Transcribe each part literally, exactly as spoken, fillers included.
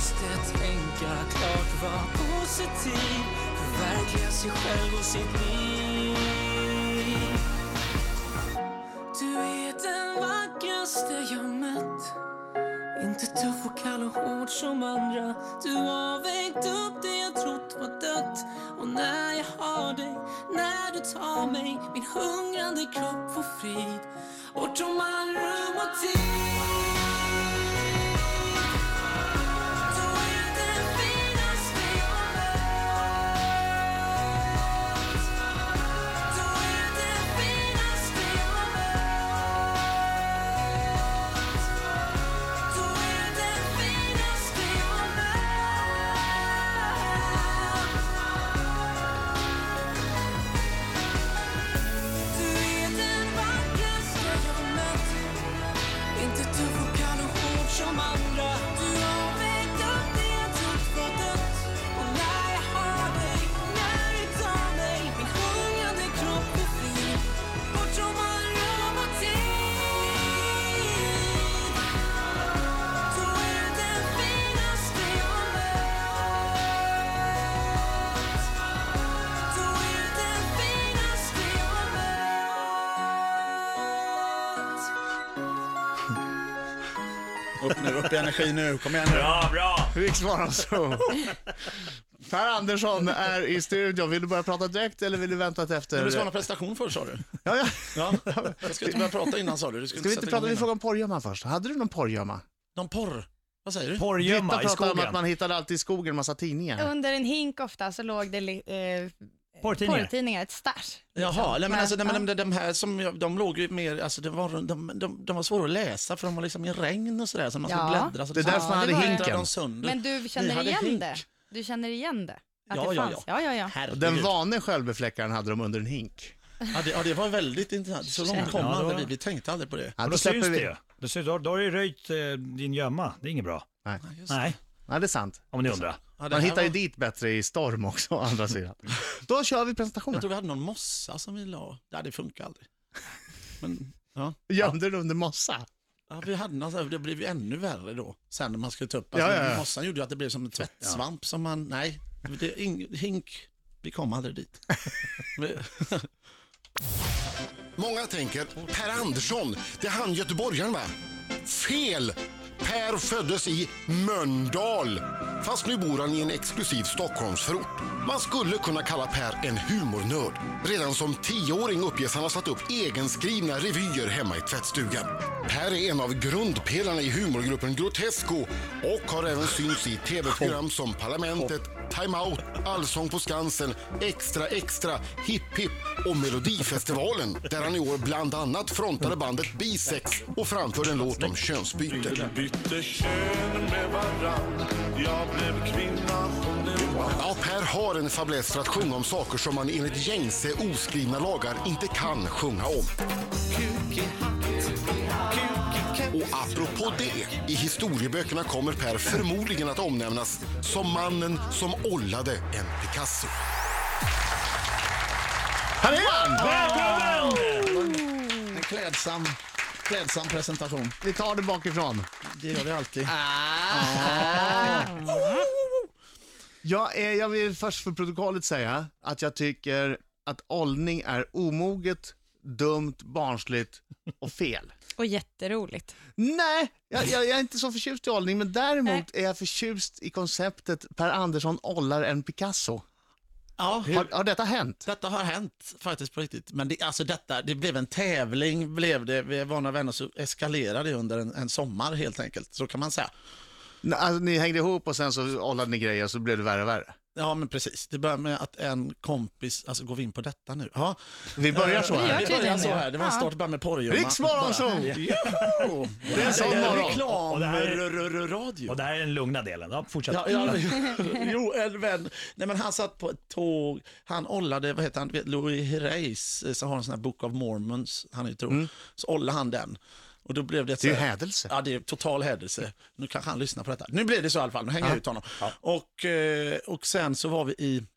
måste tänka klart, vara positiv, förverkliga sig själv och sitt liv. Du är den vackraste jag mött, inte tuff och kall och hård som andra. Du har väckt upp det jag trott var dött. Och när jag har dig, när du tar mig, min hungrande kropp får frid, bortom all rum och tid. Upp nu, upp i energi nu, kom igen nu. Bra, bra. Riksmorgon så. Per Andersson är i studion. Vill du börja prata direkt eller vill du vänta till efter? Men du ska ha en presentation först, sa du? Ja, ja. Ja, jag ska inte börja prata innan, sa du. du ska Ska vi inte prata, vi frågar om porrgömma först. Hade du någon porrgömma? Någon porr? Vad säger du? Porrgömma i Gitta pratade om skogen. att man hittade alltid i skogen en massa tidningar. Under en hink ofta så låg det eh, Porrtidningar. porrtidningar, ett stash. Jaha, nej, men alltså, nej, Ja. men de, de här som, jag- de låg ju mer, alltså det var, de, de, de var svåra att läsa för de var liksom i regn och sådär, så man skulle Ja. bläddra. Så Det är därför man hade det var det. hinken. De sönder. Men du Ni känner hade igen hink. det? Du känner igen det? Att Ja, det ja, fanns? Ja, ja, ja. Herregud. Den vane självbefläckaren hade de under en hink. Ja, det, ja, det var väldigt intressant. Så långt kom Ja, då- aldrig vi. Vi tänkte aldrig på det. Ja, Och då då släpper syns det vi. ju. Då, syns, då, då har du röjt eh, din gömma. Det är inget bra. Nej. Just det. Nej, Ja, det är sant. om ni undrar. Ja, det Man här hittar ju var- dit bättre i storm också, å andra sidan. Då kör vi Jag presentationen. tror vi hade någon mossa som vi la. Ja, det funkar aldrig. Men, ja. Gömde du under mossa? Ja, vi hade något, det blev ju ännu värre då. Sen när man skulle ta upp. Alltså, Ja, ja, ja. Mossan gjorde ju att det blev som en tvättsvamp som man, nej. Det är ing, hink, vi kom aldrig dit. Vi- Många tänker, Per Andersson, det är han göteborgaren va? Fel! Per föddes i Mölndal, fast nu bor han i en exklusiv Stockholmsförort. Man skulle kunna kalla Per en humornörd. Redan som tioåring uppges han ha satt upp egenskrivna revyer hemma i tvättstugan. Per är en av grundpelarna i humorgruppen Grotesco och har även synts i tv-program som Parlamentet, Time Out, Allsång på Skansen, Extra Extra, Hipp Hipp och Melodifestivalen, där han i år bland annat frontade bandet Bisex och framförde en låt om könsbyte. Bytte kön med varann. Jag blev kvinna, hon blev man. Ja, Per har en fäbless för att sjunga om saker som man enligt gängse oskrivna lagar inte kan sjunga om. Och apropå det, i historieböckerna kommer Per förmodligen att omnämnas som mannen som ollade en Picasso. Här är han! En klädsam, klädsam presentation. Vi tar det bakifrån. Det gör vi alltid. Jag, är, jag vill först för protokollet säga att jag tycker att åldning är omoget, dumt, barnsligt och fel. Och jätteroligt. Nej, jag, jag, jag är inte så förtjust i åldning, men däremot är jag förtjust i konceptet Per Andersson ollar en Picasso. Ja, Har, har detta hänt? detta har hänt faktiskt på riktigt. Men det, alltså detta, det blev en tävling, blev det. Vi var några vänner så eskalerade det under en, en sommar helt enkelt. Så kan man säga. N- Alltså, ni hängde ihop och sen så ollade ni grejer och så blev det värre och värre. Ja, men precis. Det börjar med att en kompis, alltså går vi in på detta nu? Ja. Vi börjar så Vi gör här. Vi börjar tydligen så det. här. Det var en Ja. start bara med porrgömma. Riksmorgon så! Jo! Det är en sån morgon. Reklam, Och det här är- r- r- r- radio. Och det här är den lugna delen. Ja, fortsätt. Ja, ja, jo, en vän. Nej, men han satt på ett tåg. Han ollade, vad heter han, vet, Louis Herreys, som har en sån här Book of Mormons, han är ju tro. Så ollade han den. Och då blev det ett Det är ju så här- hädelse. Ja, det är total hädelse. Nu kanske han lyssnar på detta. Nu blir det så i alla fall, nu hänger jag ut honom. Och, eh, och sen så var vi i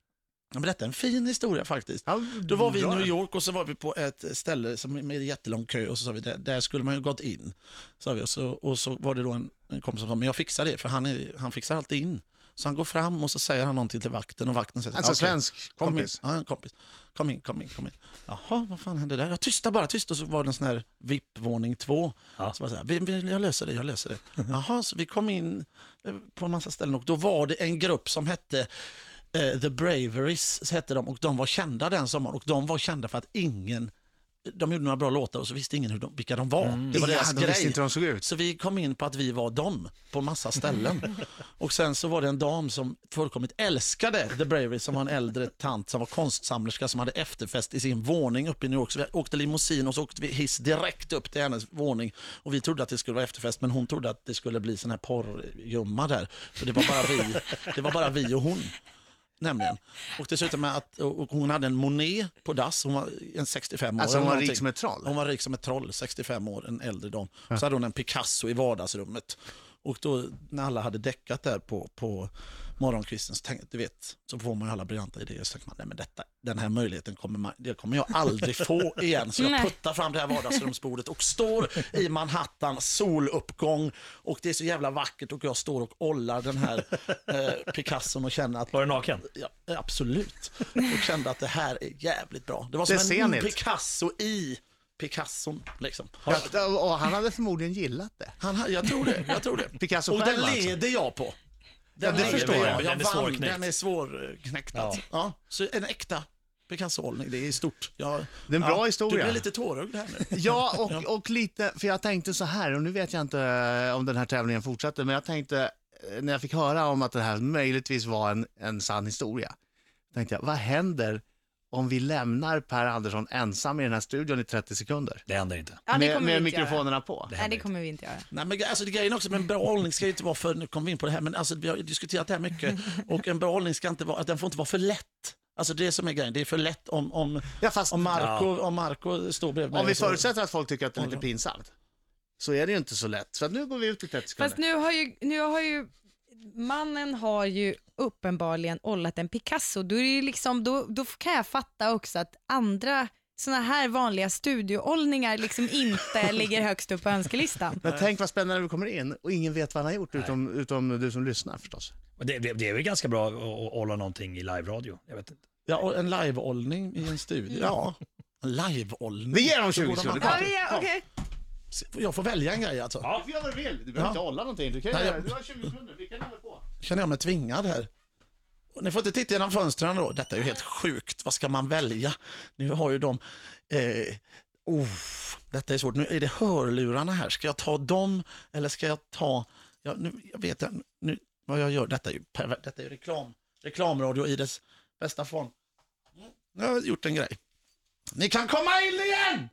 Ja, men detta är en fin historia faktiskt. Ja, Då var vi i bra. New York och så var vi på ett ställe som med jättelång kö och så sa vi, där, där skulle man ju gått in. Sa vi, och, så, och så var det då en, en kompis som sa, men jag fixar det för han, är, han fixar alltid in. Så han går fram och så säger han någonting till vakten och vakten säger, Alltså "Okej, svensk kom in." kompis. Ja, en kompis. Kom in, kom in, kom in. Jaha, vad fan hände där? Jag tysta bara, tyst. Och så var det en sån här V I P-våning två. Ja. Så var så här, vi, vi, jag löser det, jag löser det. Jaha, så vi kom in eh, på en massa ställen och då var det en grupp som hette eh, The Braveries, hette de, och de var kända den sommaren och de var kända för att ingen, de gjorde några bra låtar och så visste ingen hur de, vilka de var. Det var Ja, deras de visste grej. inte hur de såg ut. Så vi kom in på att vi var dem på massa ställen. Och sen så var det en dam som fullkomligt älskade The Bravery, som var en äldre tant som var konstsamlerska som hade efterfest i sin våning uppe i New York. Så vi åkte limousin och så åkte vi hiss direkt upp till hennes våning. Och vi trodde att det skulle vara efterfest, men hon trodde att det skulle bli sån här porrgumma där. För det var bara vi, det var bara vi och hon. Nämligen. Och dessutom med att och hon hade en Monet på dass, hon var en sextiofem år. Alltså hon var någonting. rik som ett troll. Hon var rik som ett troll, sextiofem år, en äldre dam. Så hade hon en Picasso i vardagsrummet. Och då när alla hade däckat där på, på morgonkvisten så tänkte du vet, så får man ju alla briljanta idéer. Så tänkte man, nej men detta, den här möjligheten kommer, man, det kommer jag aldrig få igen. Så jag Nej. puttar fram det här vardagsrumsbordet och står i Manhattan, soluppgång. Och det är så jävla vackert och jag står och ollar den här eh, Picasson och känner att Var du naken? ja, absolut. Och kände att det här är jävligt bra. Det var som Det ser en ni. Picasso i Picasson liksom. Ja, och han hade förmodligen gillat det. Han, jag tror det, jag tror det. Picasso och själv den alltså. leder jag på. Den det leder förstår jag. jag. Den är Jag vann, svårknäckt. den är svårknäckt. Ja. Ja. Ja, så en äkta Picasso-hållning, det är stort. Jag, Det är en bra ja, historia. Du blir lite tårögd här nu. Ja, och, och lite, för jag tänkte så här, och nu vet jag inte eh, om den här tävlingen fortsätter, men jag tänkte, eh, när jag fick höra om att det här möjligtvis var en, en sann historia, tänkte jag, vad händer om vi lämnar Per Andersson ensam i den här studion i trettio sekunder? Det händer inte. Ja, det med kommer med vi inte göra. mikrofonerna på. Nej, det kommer vi inte göra. Nej, men alltså, det grejen också med en bra hållning ska ju inte vara för, nu kommer vi in på det här, men alltså, vi har ju diskuterat det här mycket, och en bra hållning ska inte vara, att den får inte vara för lätt. Alltså det som är grejen, det är för lätt om, om, Ja, fast om, Marco, om Marco står bredvid mig. om vi så- förutsätter att folk tycker att det är lite pinsamt, så är det ju inte så lätt. Så att nu går vi ut i trettio sekunder. Fast nu har ju, nu har ju mannen har ju uppenbarligen ollat en Picasso. Då, är det ju liksom, då, då kan jag fatta också att andra såna här vanliga studioållningar liksom inte ligger högst upp på önskelistan. Men tänk vad spännande när vi kommer in och ingen vet vad han har gjort, utom, utom du som lyssnar förstås. Men Det, det, det är väl ganska bra att, att hålla någonting i live-radio. Jag vet inte. Ja, och en live-hållning i en studio. Ja, en live-hållning. Vi ger dem Så tjugo går de sekunder. att- Ja, vi är- okej. Jag får välja en grej alltså. Ja. Du får göra vad du vill, du behöver Ja. inte hålla någonting. Du, kan Nej, göra, jag- du har tjugo sekunder, vi kan hålla på. Känner jag mig tvingad här. Och ni får inte titta genom fönstren då. Detta är ju helt sjukt. Vad ska man välja? Nu har ju de... Eh, oh, detta är svårt. Nu är det hörlurarna här. Ska jag ta dem eller ska jag ta... Ja, nu, jag vet jag, nu, vad jag gör. Detta är ju, perver- detta är ju reklam, reklamradio i dess bästa form. Nu har jag gjort en grej. Ni kan komma in igen!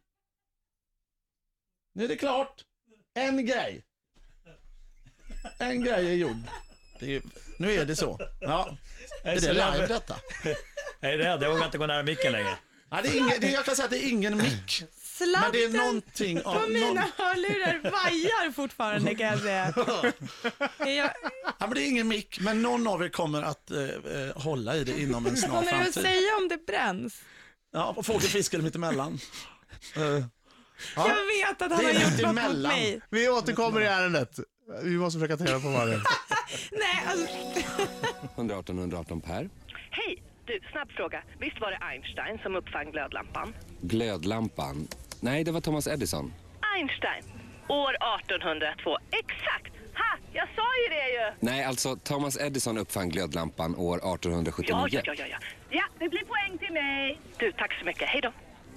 Nu är det klart. En grej. En grej är gjord. Det är, ju- nu är det så. Ja. Är det live detta? Nej, det är det. Jag vågar inte gå nära micken längre. Ja, det är ingen, det, jag kan säga att det är ingen mick. Men det är Slanten någonting på av... Någon, mina hörlurar vajar fortfarande kan jag säga. Jag, ja, men det är ingen mick, men någon av er kommer att eh, eh, hålla i det inom en snar kommer du att framtid. säga om det bränns? Ja, och fågel, fisk eller mittemellan. Uh, ja. Jag vet att han Det har är gjort något mot mittemellan. mig. Vi återkommer i ärendet. Vi måste försöka ta reda på vad det är. Nej, alltså, ett ett åtta ett ett Per. Hej! Du, snabb fråga. Visst var det Einstein som uppfann glödlampan? Glödlampan. Nej, det var Thomas Edison. Einstein, år artonhundratvå. Exakt! Ha! Jag sa ju det ju! Nej, alltså Thomas Edison uppfann glödlampan år Ja, artonhundrasjuttionio. ja, ja, ja, ja. Ja, det blir poäng till mig. Du, tack så mycket. Hej då.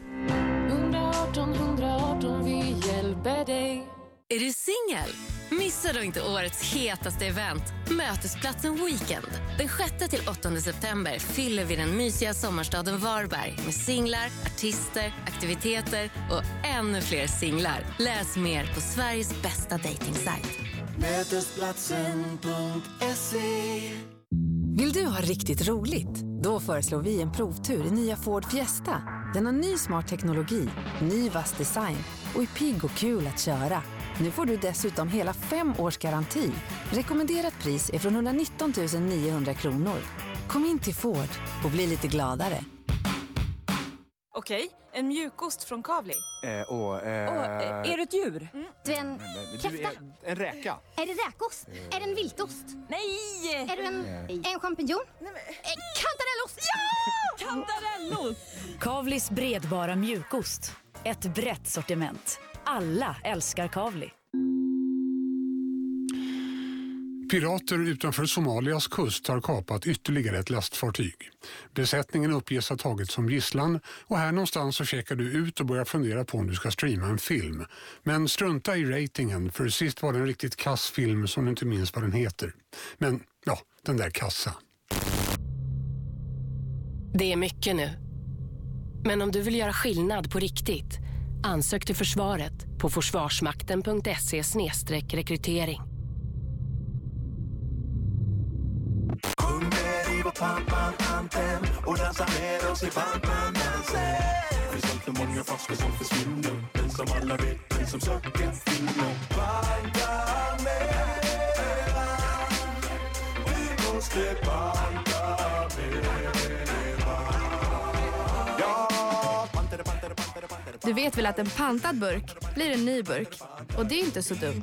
ett ett åtta vi hjälper dig. Är du singel? Missa då inte årets hetaste event, Mötesplatsen Weekend. Den sjätte till åttonde september fyller vi den mysiga sommarstaden Varberg med singlar, artister, aktiviteter och ännu fler singlar. Läs mer på Sveriges bästa dejtingsajt. Mötesplatsen punkt se. Vill du ha riktigt roligt? Då föreslår vi en provtur i nya Ford Fiesta. Den har ny smart teknologi, ny vass design och är pigg och kul att köra. Nu får du dessutom hela fem års garanti. Rekommenderat pris är från etthundranitton tusen niohundra kronor. Kom in till Ford och bli lite gladare. Okej, en mjukost från Kavli. Eh, och, eh... Och, eh, är det ett djur? Mm. Du är en kräfta? En räka. Är det räkost? Är det en viltost? Nej! Är du en, en champinjon? Nej, men... Kantarellost? Ja! Kantarellost! Kavlis bredbara mjukost. Ett brett sortiment. Alla älskar Kavli. Pirater utanför Somalias kust har kapat ytterligare ett lastfartyg. Besättningen uppges ha tagit som gisslan och här någonstans så checkar du ut och börjar fundera på om du ska streama en film. Men strunta i ratingen, för sist var det en riktigt kass film som du inte minns vad den heter. Men ja, den där kassa. Det är mycket nu. Men om du vill göra skillnad på riktigt, ansök till försvaret på försvarsmakten punkt se slash rekrytering. Sjunger i vårt pampan-anthem och dansar med oss i pampan-dansen. Finns alltför många forskar som försvinner, men som alla vet, den som söker finner. Panta mera, vi måste panta mera. Ja, pantare, pantare, pantare, pantare. Du vet väl att en pantad burk blir en ny burk? Och det är inte så dumt.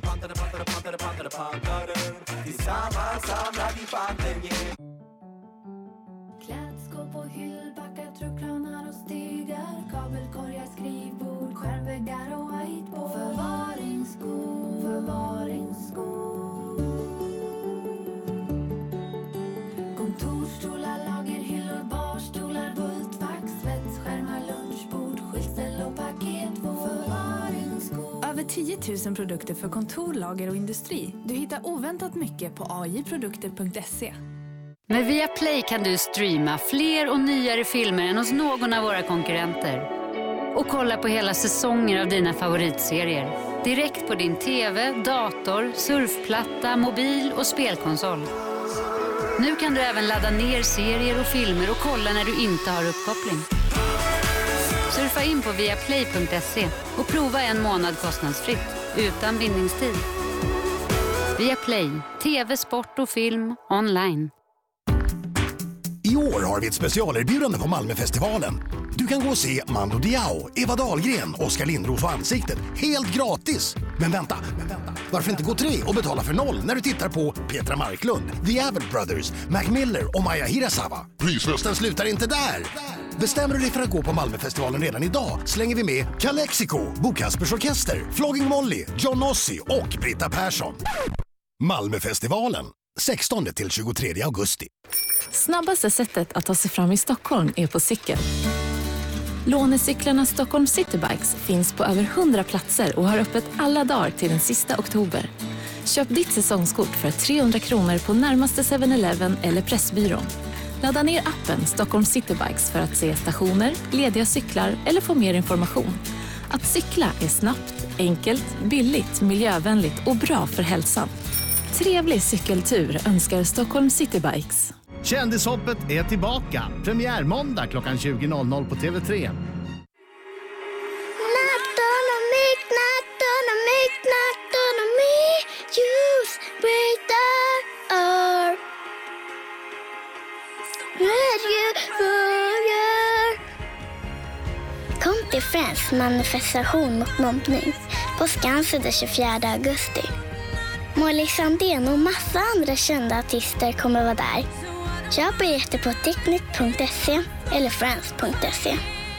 Klädskåp och hyllbackar, truckkranar och stigar, kabelkorgar, skrivbord, skärmväggar och whiteboard. Förvaringsskåp, förvaringsskåp. Kontorsstolar, lagerhyllor, barstolar, bultfack, svetsskärmar, lunchbord, skyltställ och paketvård. Förvaringsskåp. Över tio tusen produkter för kontor, lager och industri. Du hittar oväntat mycket på a j produkter punkt se. Med Viaplay kan du streama fler och nyare filmer än hos någon av våra konkurrenter. Och kolla på hela säsonger av dina favoritserier. Direkt på din tv, dator, surfplatta, mobil och spelkonsol. Nu kan du även ladda ner serier och filmer och kolla när du inte har uppkoppling. Surfa in på viaplay punkt se och prova en månad kostnadsfritt, utan bindningstid. Viaplay, tv, sport och film online. I år har vi ett specialerbjudande på Malmöfestivalen. Du kan gå och se Mando Diao, Eva Dahlgren, Oskar Lindros och Ansiktet helt gratis. Men vänta, men vänta. Varför inte gå tre och betala för noll när du tittar på Petra Marklund, The Avett Brothers, Mac Miller och Maja Hirasawa? Prislusten slutar inte där. Bestämmer du dig för att gå på Malmöfestivalen redan idag slänger vi med Calexico, Bo Kaspers Orkester, Flogging Molly, John Ossie och Britta Persson. Malmöfestivalen, sextonde till tjugotredje augusti. Snabbaste sättet att ta sig fram i Stockholm är på cykel. Lånecyklarna Stockholm Citybikes finns på över hundra platser och har öppet alla dagar till den sista oktober. Köp ditt säsongskort för trehundra kronor på närmaste seven eleven eller Pressbyrån. Ladda ner appen Stockholm Citybikes för att se stationer, lediga cyklar eller få mer information. Att cykla är snabbt, enkelt, billigt, miljövänligt och bra för hälsan. Trevlig cykeltur önskar Stockholm Citybikes. Kändishoppet är tillbaka. Premiärmåndag klockan tjugo noll noll på T V tre. Kom till Friends manifestation mot mobbning på Skansen den tjugofjärde augusti. Molly Sandén och massa andra kända artister kommer vara där. Köp biljetter på teknik punkt se eller friends punkt se.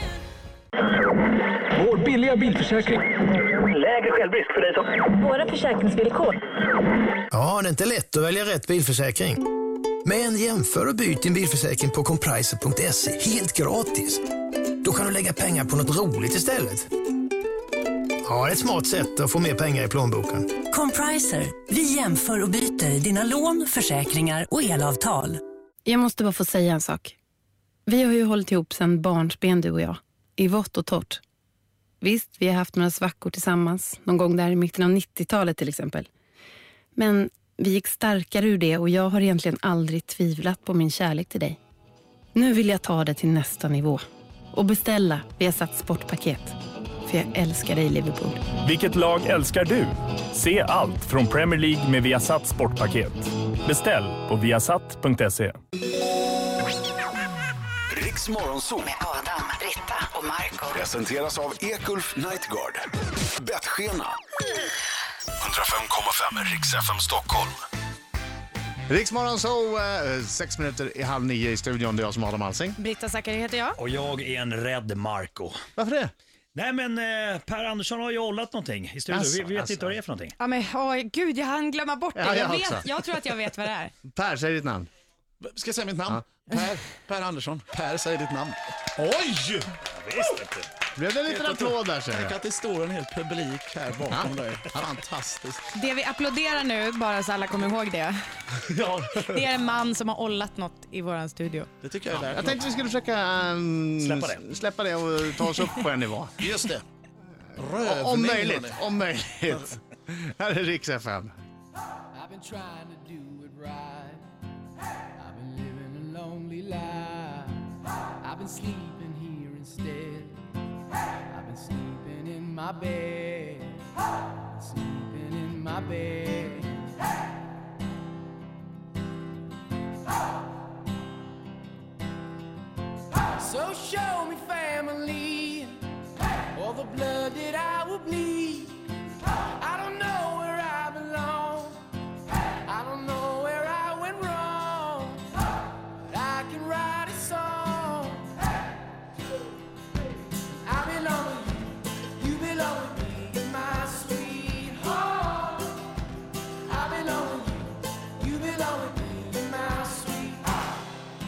Vår billiga bilförsäkring. Lägre självrisk för dig som... Våra försäkringsvillkor. Ja, det är inte lätt att välja rätt bilförsäkring. Men jämför och byt din bilförsäkring på kompriser punkt se helt gratis. Då kan du lägga pengar på något roligt istället. Ja, det är ett smart sätt att få mer pengar i plånboken. Compriser. Vi jämför och byter dina lån, försäkringar och elavtal. Jag måste bara få säga en sak. Vi har ju hållit ihop sedan barnsben, du och jag. I vått och torrt. Visst, vi har haft några svackor tillsammans. Någon gång där i mitten av nittiotalet till exempel. Men vi gick starkare ur det och jag har egentligen aldrig tvivlat på min kärlek till dig. Nu vill jag ta det till nästa nivå. Och beställa Viasat Sportpaket. För jag älskar dig, Liverpool. Vilket lag älskar du? Se allt från Premier League med Viasat Sportpaket. Beställ på viasat punkt se. Riks Morgonzoo med Adam, Britta och Marco. presenteras av Ekulf Nightguard. Bettskena. hundrafem komma fem Riks F M Stockholm. Riksmorgon så eh, sex minuter i halv nio i studion. Det är jag som har Adam Alsing. Britta Zackari heter jag. Och jag är en rädd Marco. Varför det? Nej men eh, Per Andersson har ju hållat någonting i studion. Alltså, vi, vi vet alltså. inte vad det är för någonting. Ja men åh, gud, jag hann glömma bort det. Ja, jag jag, också. vet, jag tror att jag vet vad det är. Per, säg ditt namn. Ska jag säga mitt namn? Ja. Per, Per Andersson. Per, säg ditt namn. Oj! Jag visste inte. Blev det en liten applåd där, säger Tänk jag. att det står en hel publik här bakom Ja. dig. Fantastiskt. Det vi applåderar nu, bara så alla kommer ihåg det. Ja. Det är en man som har ollat något i våran studio. Det tycker jag är värt. Jag tänkte vi skulle försöka um, Släppa det. släppa det och ta oss upp på en nivå. Just det. O- Rövning. om möjligt, om möjligt. Här är Riks F M. I've been trying to do it right. I've been living a lonely life. I've been sleeping here instead. I've been sleeping in my bed. Sleeping in my bed. So show me family, all the blood that I will bleed. I don't know where I belong. I don't know where I went wrong. But I can write a song. I belong with you, you belong with me, my sweetheart. I belong with you, you belong with me, my sweetheart.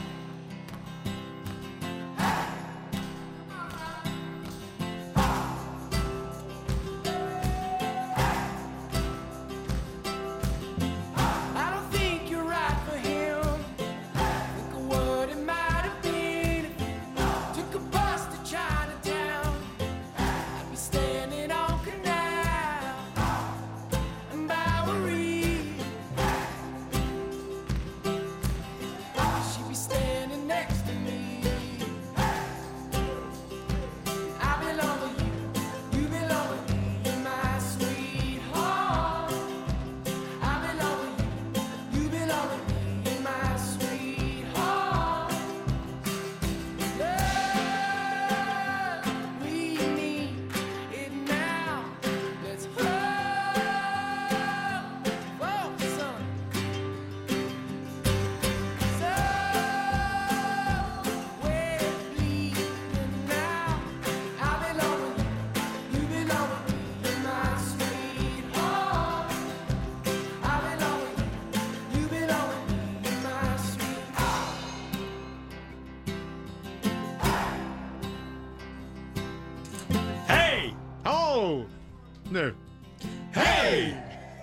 I don't think you're right for him. Think of what it might have been if you took a bus to Chinatown. I'd be standing on Canal and Bowery. She'd be standing next to me. I belong with you, you belong with me, my sweetheart. I belong with you, you belong with me, my sweetheart. Love, we need it now. Let's hold for some. So we're bleeding now. I belong with you, you belong with me, my sweetheart. I belong with you, you belong with me, my sweetheart. Hej! Oh! Nu. Hej!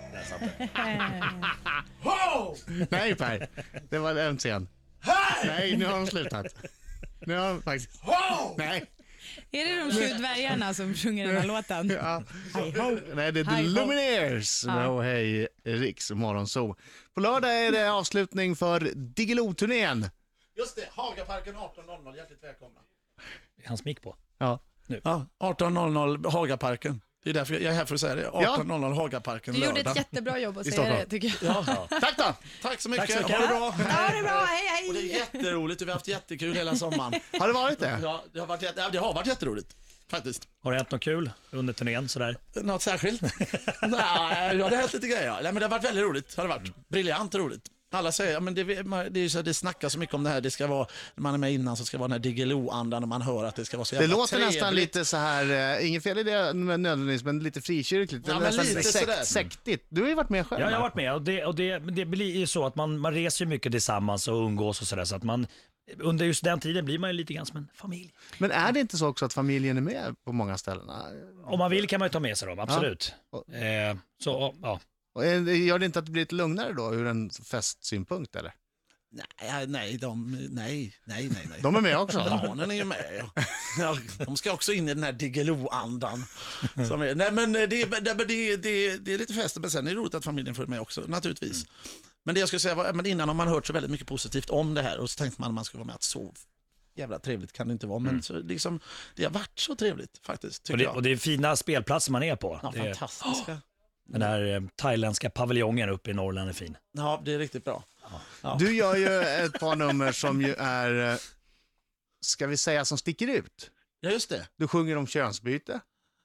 Ho! Nej, Per. Det var en scen. Nej, nu har de slutat. Nu har de faktiskt... Ho! Nej. Är det de sju dvärgarna som sjunger den här låten? Ja. Hej ho. Nej, det är The Hej ho. Lumineers. Ja. Och hej, Riks Morgonzoo. På lördag är det avslutning för Diggiloo-turnén. Just det, Hagaparken arton noll noll. Hjärtligt välkomna. Är hans mick på? Ja. Ja, arton noll noll Hagaparken. Det är därför jag är här för att säga det. arton noll noll Hagaparken Du gjorde lördag. ett jättebra jobb att I säga Stockholm. det, tycker jag. Ja. Tack då! Tack så mycket. Tack så mycket. Ha det bra. Ja, det är bra. Hej, hej. Och det är jätteroligt. Vi har haft jättekul hela sommaren. Har det varit det? Ja, det har varit, jätte, ja, det har varit jätteroligt. Faktiskt. Har det hänt något kul under turnén sådär? Något särskilt? Nej, ja, det har hänt lite grejer. Nej, men det har varit väldigt roligt. Har det varit. Briljant roligt. Alla säger, ja, men det, det, är så, det snackas så mycket om det här. Det ska vara, när man är med innan så ska det vara den här Diggiloo-andan och man hör att det ska vara så Det jävla låter trevligt. nästan lite så här, äh, ingen fel i det men nödvändigtvis, men lite frikyrkligt. Ja, Eller men nästan lite sekt, sådär. sektigt. Du har ju varit med själv. Ja, jag har va? varit med och det, och det, det blir ju så att man, man reser ju mycket tillsammans och umgås och sådär så att man under just den tiden blir man ju lite grann som en familj. Men är det inte så också att familjen är med på många ställen? Om man vill kan man ju ta med sig dem, absolut. Ja. Eh, så, ja. Och är- gör det inte att det blir lite lugnare då ur en festsynpunkt eller? Nej, nej, de, nej, nej, nej, nej. De är med också. Barnen är ju med. Ja. Ja, de ska också in i den här Diggiloo-andan. Som är, nej, men det, det, det, det, det är lite fest, men sen är det roligt att familjen får med också, naturligtvis. Men det jag skulle säga var, men innan har man hört så väldigt mycket positivt om det här och så tänkte man att man skulle vara med att sova. Jävla trevligt kan det inte vara, men Mm. så, liksom, det har varit så trevligt faktiskt, tycker Och det, jag. och det är fina spelplatser man är på. Ja, det är, fantastiska. den här eh, thailändska paviljongen uppe i Norrland är fin. Ja, det är riktigt bra. Ja. Du gör ju ett par nummer som ju är eh, ska vi säga, som sticker ut. Ja, just det. Du sjunger om könsbyte.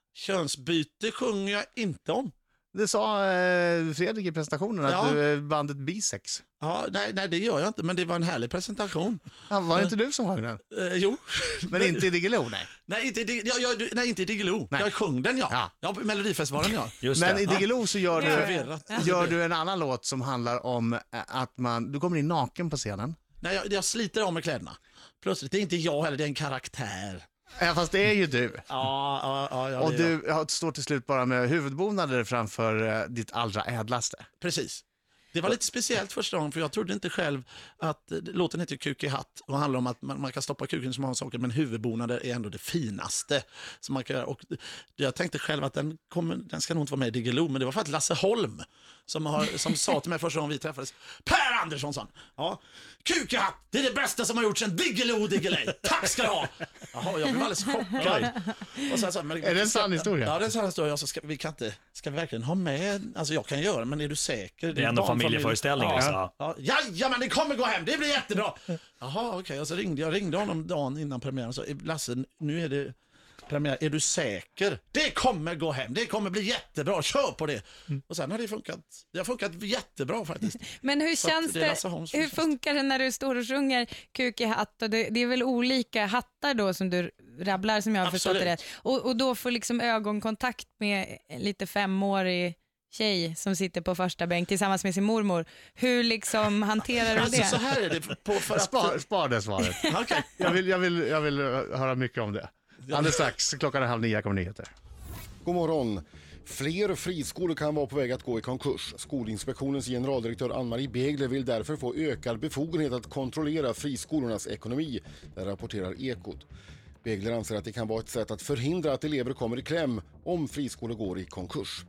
Könsbyte sjunger jag inte om. Det sa eh, Fredrik i presentationen, att Ja. du är bandet bisex. Ja, nej, nej, det gör jag inte, men det var en härlig presentation. Ja, var det inte du som sjöng den? Eh, jo. Men inte i Diggiloo, nej. Nej, inte i Dig- jag, jag, nej, inte i Diggiloo. Nej. Jag sjöng den, ja. Ja. Ja, på Melodifestivalen, ja. Just Men det. i Diggiloo så gör Jag är du, förvirrad. gör du en annan låt som handlar om eh, att man, du kommer in naken på scenen. Nej, jag, jag sliter av med kläderna. Plötsligt, det är inte jag heller, det är en karaktär. Ja, fast det är ju du. Ja, ja, ja, ja Och det är jag. du har- står till slut bara med huvudbonader framför eh, ditt allra ädlaste. Precis. Det var lite speciellt första gången, för jag trodde inte själv att eh, låten heter Kuk i hatt och handlar om att man, man kan stoppa kuken som har saker, men huvudbonader är ändå det finaste som man kan göra. Och jag tänkte själv att den, kommer, den ska nog inte vara med i Diggiloo, men det var faktiskt Lasse Holm som, har, som sa till mig första gången vi träffades. Per Andersson, sa han. Ja, Kuk i hatt, det är det bästa som har gjorts sedan Diggiloo Diggiley. Tack ska du ha! Jaha, jag blev alldeles chockad. Och sen, så, men, Är det en sann historia? Ja, det är en sann historia. Så ska, vi kan inte, ska vi verkligen ha med, alltså jag kan göra, men är du säker? Det är ändå barnfamilj. familjeföreställning. Ja. Så. Ja, jajamän, det kommer gå hem, det blir jättebra. Jaha, okej, okay. Och så ringde jag ringde honom dagen innan premiären och sa, Lasse, nu är det premiär, är du säker? Det kommer gå hem, det kommer bli jättebra, kör på det. Mm. Och sen har det funkat, det har funkat jättebra faktiskt. Men hur Så känns det är det, Lasse Holms hur förtjänst. funkar det när du står och sjunger Kuk i hatt? Och det, det är väl olika hattar då som du rabblar, som jag har förstått det rätt. Och, och då får liksom ögonkontakt med en lite femårig tjej som sitter på första bänk tillsammans med sin mormor. Hur liksom hanterar du Alltså det? så här är det på, för att... Spar, spar det svaret. Okay. Jag vill, jag, vill, jag vill höra mycket om det. Alldeles strax, klockan är halv nio, kommer nyheter. God morgon. Fler friskolor kan vara på väg att gå i konkurs. Skolinspektionens generaldirektör Ann-Marie Begler vill därför få ökad befogenhet att kontrollera friskolornas ekonomi, det rapporterar Ekot. Begler anser att det kan vara ett sätt att förhindra att elever kommer i kläm om friskolor går i konkurs.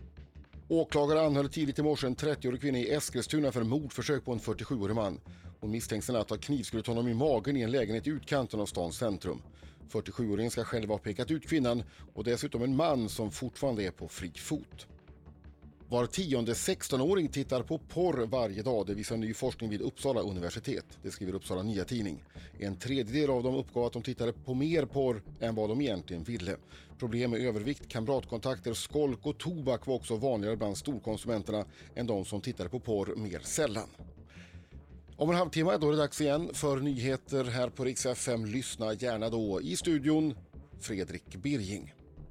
Åklagare anhöll tidigt i morse en trettioårig kvinna i Eskilstuna för mordförsök på en fyrtiosjuårig man. Hon misstänks att ha knivskurit honom i magen i en lägenhet i utkanten av stans centrum. fyrtiosjuåringen ska själv ha pekat ut kvinnan och dessutom en man som fortfarande är på fri fot. Var tionde sextonåring tittar på porr varje dag, det visar ny forskning vid Uppsala universitet. Det skriver Uppsala Nya Tidning. En tredjedel av dem uppgav att de tittade på mer porr än vad de egentligen ville. Problem med övervikt, kamratkontakter, skolk och tobak var också vanligare bland storkonsumenterna än de som tittade på porr mer sällan. Om en halvtimme då är det dags igen för nyheter här på Rix F M. Lyssna gärna då. I studion, Fredrik Birging.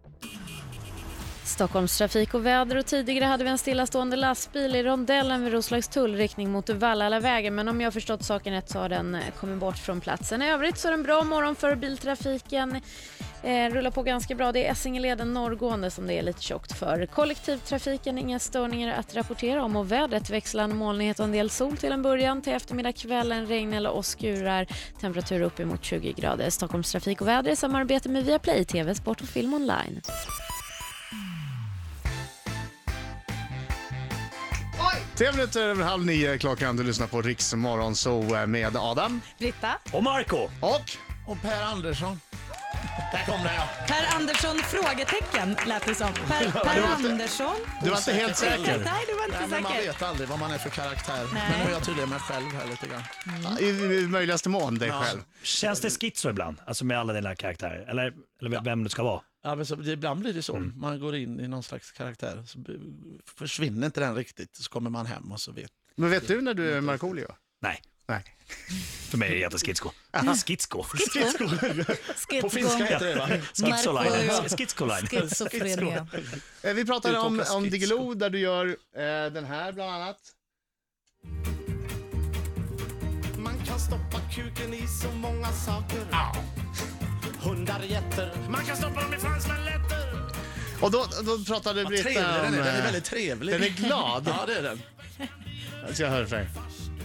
Stockholms trafik och väder, och tidigare hade vi en stillastående lastbil i rondellen vid Roslagstull riktning mot Vallalavägen, men om jag förstått saken rätt så har den kommit bort från platsen. I övrigt så är det en bra morgon för biltrafiken. Eh, rullar på ganska bra. Det är Essingeleden norrgående som det är lite tjockt för. Kollektivtrafiken, inga störningar att rapportera om, och vädret växlande molnighet och en del sol till en början. Till eftermiddag kvällen regn eller åskurar. Temperatur upp emot tjugo grader. Stockholms trafik och väder i samarbete med Viaplay, T V, sport och film online. Tre minuter över halv nio klockan, du lyssnar på Rix Morgon så med Adam. Britta. Och Marco. Och? Och Per Andersson. Där kom det, ja. Per Andersson, frågetecken lät det som. Per, Ja, per du var inte- Andersson. Du var inte helt säker. Nej, du var inte Nej, men man säker. vet aldrig vad man är för karaktär. Nej. Men nu är jag tydligen mig själv här lite grann. Ja, i, I möjligaste mån dig Ja. själv. Känns det schizo ibland? Alltså med alla dina karaktärer? Eller, eller vem det ska vara? Ja, men så, ibland blir det så. Man går in i någon slags karaktär, så b- försvinner inte den riktigt, så kommer man hem och så vet. Men vet du när du är Markoolio? Nej. Nej. För mig är det jätteskitsko. Skitsko. Skitsko. På finska heter det, va? Skitsoline. Skitskoline. Schizofrenia. Eh, Vi pratade om, Uttolkas om skitsko. Diggiloo där du gör eh, den här bland annat. Man kan stoppa kuken i så många saker. Hundar, getter. Man kan stoppa dem i fransmaletter. Och då, då pratade Vad Britta trevlig den är. om, Den är eh, väldigt trevlig. Den är glad. Ja, det är den. Så jag hör för dig.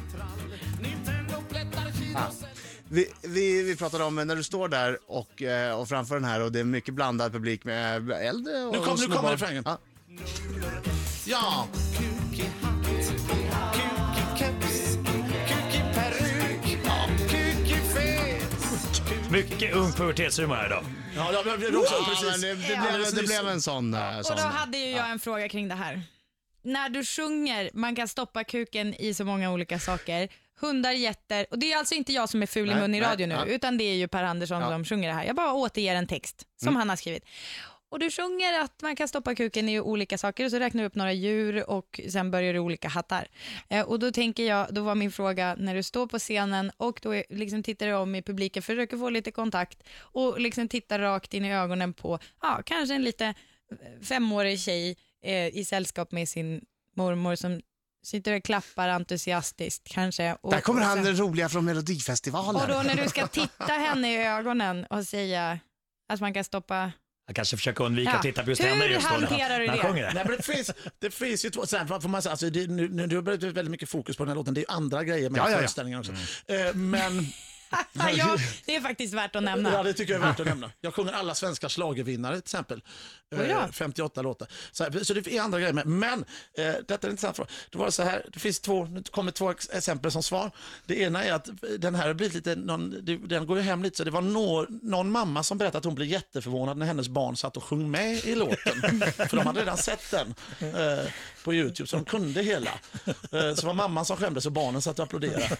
Ah. Vi, vi, vi pratade om när du står där och, eh, och framför den här och det är mycket blandad publik med äldre och Nu, kom, nu små kommer barn. refrängen. Ja. Ja. Kuk i hatt, kuk i keps, kuk i peruk, kuk i fes. Mycket ung pubertetshumor här idag. Ja, det blev också Ja, precis. men det, det, blev, det blev en sån. eh, Och sån. då hade ju jag en fråga kring det här. När du sjunger, man kan stoppa kuken i så många olika saker. hundar, getter. Och det är alltså inte jag som är ful i mun i radio nu, ja. utan det är ju Per Andersson ja. som sjunger det här. Jag bara återger en text som mm. han har skrivit. Och du sjunger att man kan stoppa kuken i olika saker och så räknar du upp några djur och sen börjar du olika hattar. Eh, och då tänker jag, då var min fråga när du står på scenen och då är, liksom tittar du om i publiken, försöker få lite kontakt och liksom tittar rakt in i ögonen på ja, kanske en lite femårig tjej eh, i sällskap med sin mormor som sitter och klappar entusiastiskt kanske. Och, där kommer och han sen, den roliga från Melodifestivalen. Och då när du ska titta henne i ögonen och säga att man kan stoppa... Jag kanske försöker undvika ja. att titta på just henne just då. Hur hanterar du det? Nej, men det, finns, det finns ju två, sen får man säga, alltså, det, nu, nu, du har blivit väldigt mycket fokus på den här låten, det är ju andra grejer med ja, föreställningen också. Mm. Uh, men... ja, det är faktiskt värt att nämna. Ja, det tycker jag är värt att nämna. Jag sjunger alla svenska schlagervinnare till exempel. Eh, femtioåtta låtar. Så, här, så det är andra grejer med. Men eh, detta är intressant. Det var så här, det finns två, det kommer två exempel som svar. Det ena är att den här har blivit lite, någon, den går ju hem lite så det var no, någon mamma som berättade att hon blev jätteförvånad när hennes barn satt och sjöng med i låten. För de hade redan sett den eh, på YouTube så de kunde hela. Eh, så var mamman som skämdes och barnen satt och applåderade.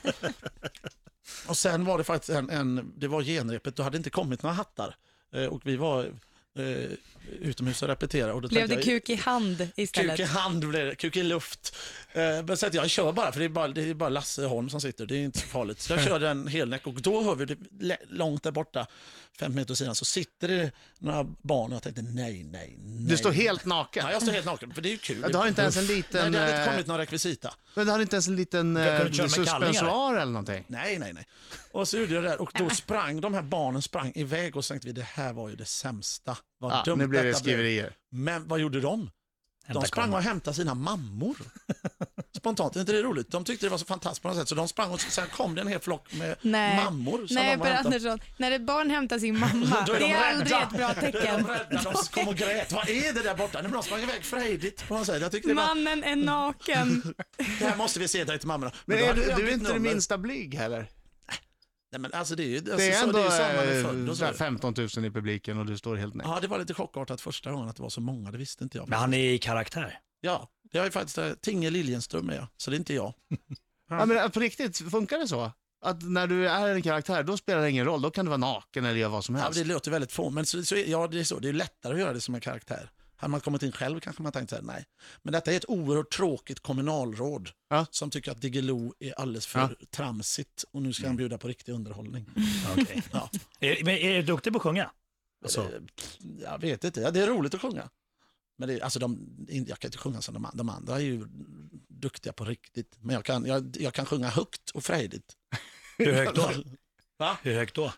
Och sen var det faktiskt en, en det var genrepet, då hade inte kommit några hattar eh, och vi var eh, utomhus och repeterade. Och då blev det jag, kuk i hand istället? Kuk i hand blev det, kuk i luft. Eh, men så att jag kör bara, för det är bara, det är bara Lasse Holm som sitter, det är inte så farligt. Så jag körde en helnäck och då hör vi det långt där borta, fem meter sidan, så sitter det några barn och jag tänkte nej, nej, nej. Du står helt naken? Ja, jag står helt naken, för det är ju kul. Ja, du har inte ens en liten... Nej, det har inte kommit några rekvisita. Men du har inte ens en liten uh, suspensoar eller någonting? Nej, nej, nej. Och så gjorde jag det där och då sprang, de här barnen sprang iväg och så tänkte vi, det här var ju det sämsta. Vad ja, dumt nu blev det detta skriverier. blev. Men vad gjorde de? De sprang och hämtade sina mammor. Spontant, är inte det roligt? De tyckte det var så fantastiskt på något sätt. Så de sprang och sen kom det en hel flock med Nej. mammor. Som Nej, de Per Andersson, när ett barn hämtar sin mamma, är det de är aldrig ett bra tecken. De, de kom och grät. Vad är det där borta? De sprang iväg frejdigt på något sätt. Jag det Mannen var... är naken. Det här måste vi se dig till mammorna. Men, Men är du, du är inte det minsta blyg heller? Nej, men alltså det är ju alltså, det är ändå så, det är född, och så. femton tusen i publiken och du står helt nej. Ja, det var lite chockartat första gången att det var så många, det visste inte jag. Men han är i karaktär. Ja, det är ju faktiskt Tinge Liljenström med, så det är inte jag. Ja, men på riktigt, funkar det så? Att när du är en karaktär, då spelar det ingen roll, då kan du vara naken eller göra vad som helst. Ja, det låter väldigt få, men så, så, ja, det är så, det är lättare att göra det som en karaktär. Hade man kommit in själv kanske man tänkt så här, nej. Men detta är ett oerhört tråkigt kommunalråd ja. som tycker att Diggiloo är alldeles för ja. tramsigt och nu ska han bjuda på riktig underhållning. Mm. Okay. Ja. är, men är du duktig på att sjunga? Alltså... Jag vet inte, ja, det är roligt att sjunga. Men det, alltså de, jag kan inte sjunga som de, de andra är ju duktiga på riktigt. Men jag kan, jag, jag kan sjunga högt och frejdigt. Hur högt då? Va? Hur högt då?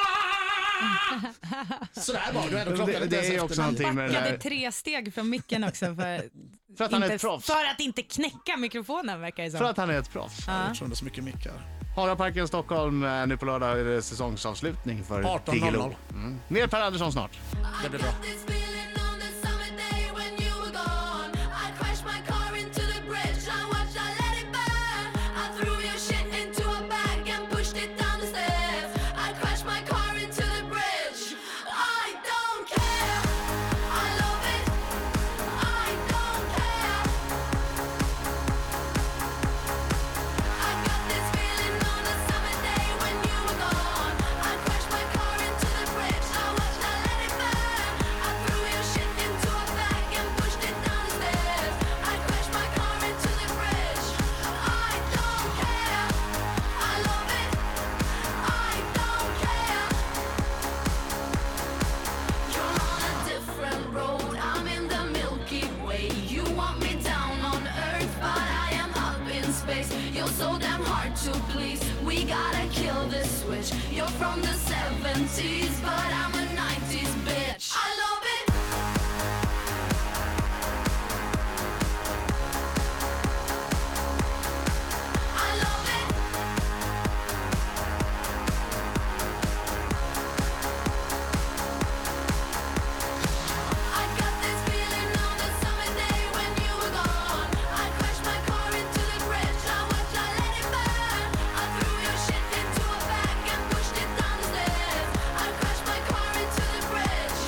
Sådär bara, du är ändå det, det är också någonting med det där. tre steg från micken också för, för att han är ett proffs. För att inte knäcka mikrofonen verkar det som. För att han är ett proffs. Ja. Jag tror det är så mycket mickar. Hagaparken Stockholm, nu på lördag är det säsongsavslutning för arton noll noll. Mm. Mer Per Andersson snart. Det blir bra. From the seventies, but I'm a nineties bitch. I love it. I love it. I got this feeling on the summer day when you were gone. I crashed my car into the bridge. I watched, I let it burn. I threw your shit into a bag and pushed it down the stairs. I crashed my car into the bridge.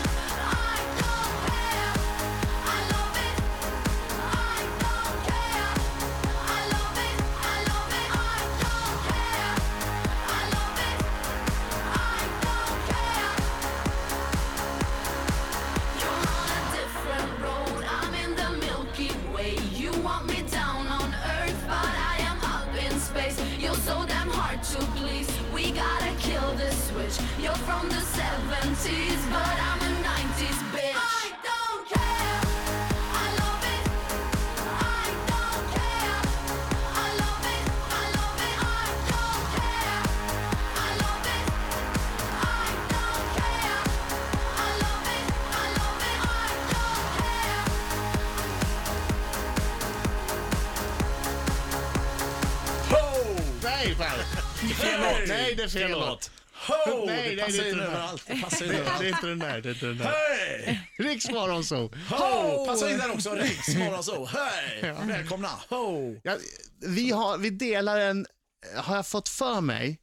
so please, we gotta kill this switch. You're from the seventies, but I'm a nineties bitch. I don't care, I love it. I don't care, I love it. I love it, I don't care. I love it, I don't care. I love it, I love it, I don't care. Nej, fan. Fel låt. Nej, det är fel låt. Ho! Nej, Det nej, passar det är in inte den överallt. Det där. passar in Det överallt. är inte den där. Det är inte den där. Hej! Riksmorgon så. Ho! Passa in där också. Riksmorgon så. Hej! Välkomna. Ho! Ja, vi, har, vi delar en, har jag fått för mig,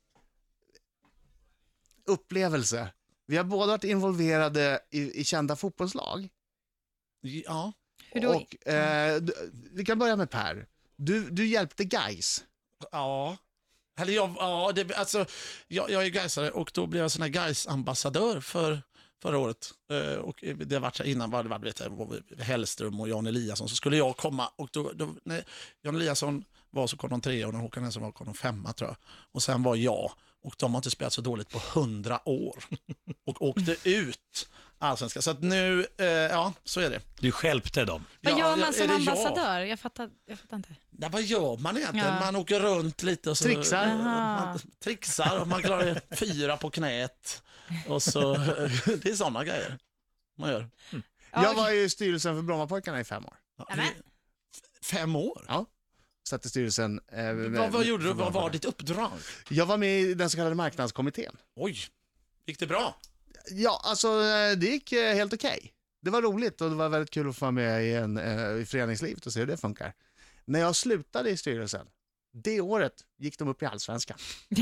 upplevelse. Vi har båda varit involverade i, i kända fotbollslag. Ja. Hur då? Och, eh, du, vi kan börja med Per. Du, du hjälpte Gais. Ja. Eller jag, ja, det, alltså, jag, jag är Gaisare och då blev jag sån här Gais-ambassadör för förra året. Eh, och det har varit så innan var det var, vet jag, Hellström och Jan Eliasson, så skulle jag komma och då, då när Jan Eliasson var så kom de tre och när Håkan Hellström var kom de femma tror jag. Och sen var jag och de har inte spelat så dåligt på hundra år och åkte ut allsvenska. Så att nu, eh, ja, så är det. Du stjälpte dem. Vad Ja, gör man är som det ambassadör? Jag fattar, jag fattar inte. Ja, vad gör man egentligen? Ja. Man åker runt lite och så... Trixar. Man trixar och man klarar fyra på knät. Och så, det är sådana grejer man gör. Mm. Jag var ju i styrelsen för Brommapojkarna i fem år. Ja, fem år? Ja. Satt i styrelsen. Eh, vad, vad gjorde du? Vad var ditt uppdrag? Jag var med i den så kallade marknadskommittén. Oj, gick det bra? Ja, alltså det gick eh, helt okej. Okay. Det var roligt och det var väldigt kul att få vara med i, en, eh, i föreningslivet och se hur det funkar. När jag slutade i styrelsen, det året gick de upp i allsvenskan.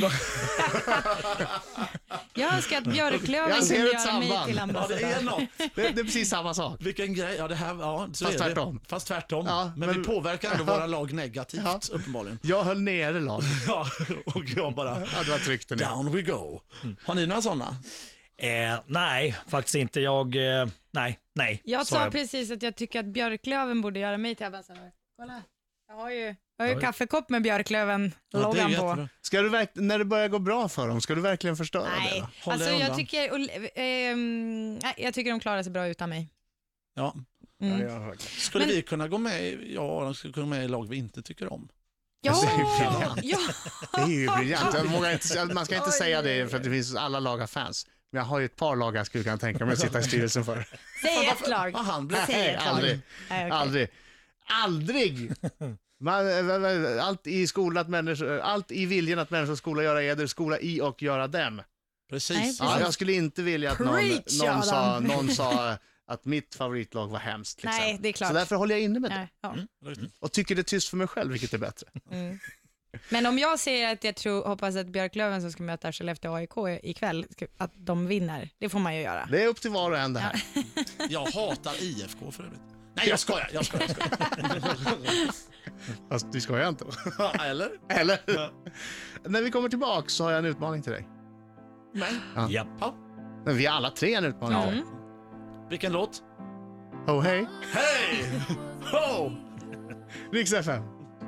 Jag önskar att Björklöven jag kunde ser ett göra mig samband. till ambassadör. Ja, det är något. Det, det är precis samma sak. Vilken grej. Ja, det här, ja, så Fast är det. tvärtom. Fast tvärtom. Ja, men, men vi påverkar ändå ja. våra lag negativt, Ja. uppenbarligen. Jag höll nere laget. Ja, och jag bara... Ja, det var tryggt ner. Down we go. Har ni några sådana? Eh, nej, faktiskt inte. Jag, eh, nej, nej. Jag sa sa precis att jag tycker att Björklöven borde göra mig till ambassadör. Kolla, jag har ju, jag har ju Oj. kaffekopp med Björklöven-loggan på. Ska du verk- när det börjar gå bra för dem, ska du verkligen förstöra Nej, det? Håll alltså dig jag undan. tycker, och, ehm, nej, jag tycker de klarar sig bra utan mig. Ja. Mm. Ja, jag hör det. Skulle Men- vi kunna gå med i, ja, de skulle kunna gå med i lag vi inte tycker om? Ja, det är ju briljant. ja. Det är ju briljant. Jag vågar inte, man ska inte säga det för att det finns alla lag har fans. Men jag har ju ett par lag jag skulle kunna tänka mig att sitta i styrelsen för. Säg ett lag. Vad han blev. Säg Nej, ett lag. aldrig. Nej, okej. Aldrig. Aldrig! Man, allt i skolan att människor, allt i viljan att människor skola göra eder, skola i och göra dem. Precis. Nej, Ja, jag skulle inte vilja att någon, Preach, någon, sa, Adam. någon sa att mitt favoritlag var hemskt. Till Nej, exempel. det är klart. Så därför håller jag inne med det. Nej, ja. Och tycker det är tyst för mig själv, vilket är bättre. Mm. Men om jag säger att jag tror, hoppas att Björklöven som ska möta Skellefteå A I K ikväll, ska- att de vinner, det får man ju göra. Det är upp till var och en det här. Jag hatar I F K för övrigt. Nej, jag skojar. Jag skojar, jag skojar. Fast du skojar inte. Eller? Eller? När vi kommer tillbaka så har jag en utmaning till dig. Nej. Ja. Japp. Ja. Men vi har alla tre en utmaning till dig. Mm. Vilken låt? Oh, hej. Hej! Ho! Riks F M.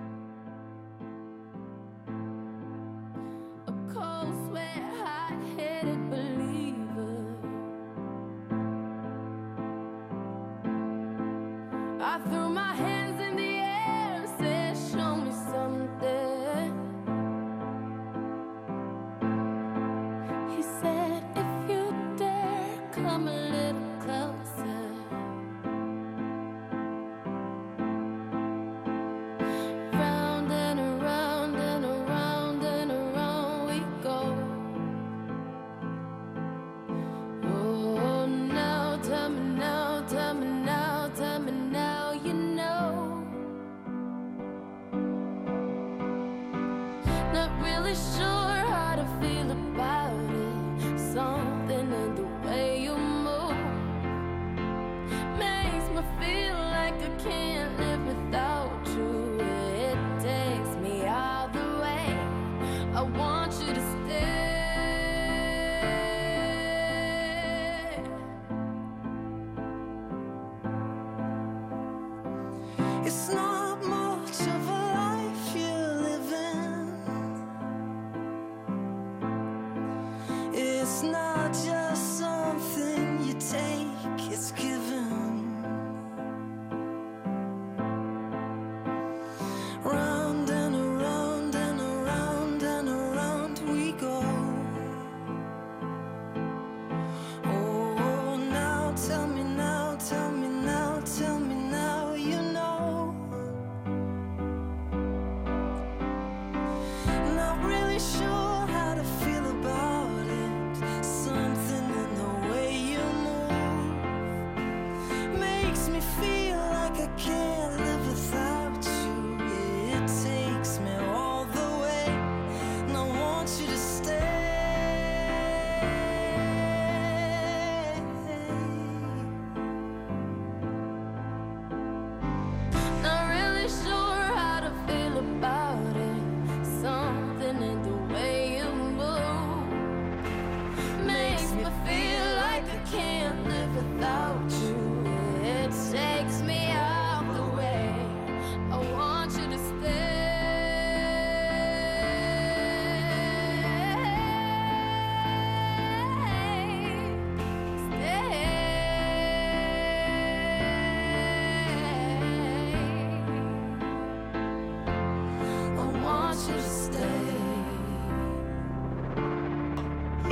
I threw my hands in the air and said, show me something. He said, if you dare, come a little closer. Round and around and around and around we go. Oh, now tell me now, tell me now, tell me now, you know. Not really sure how to feel about it. Something in the way you move makes me feel like I can't live without you. It takes me all the way. I want you to stay. It's not much of a life you're living.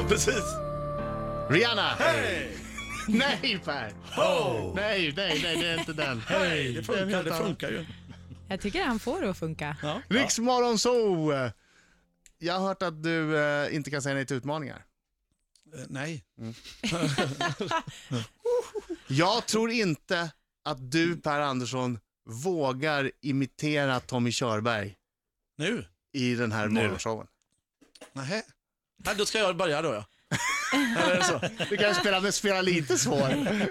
Precis. Rihanna. Hej! Nej Per. Oh. Nej, nej, nej, det är inte den. Hej, det funkar, det funkar ju. Jag tycker han får det att funka. Ja. Riksmorgon så. Jag har hört att du eh, inte kan säga nej till utmaningar. Uh, nej. Mm. Jag tror inte att du, Per Andersson, vågar imitera Tommy Körberg Nu? i den här morgonshowen. Nej. Nej, då ska jag börja då, ja. Eller är det så? Du kan spela, men spela lite svår.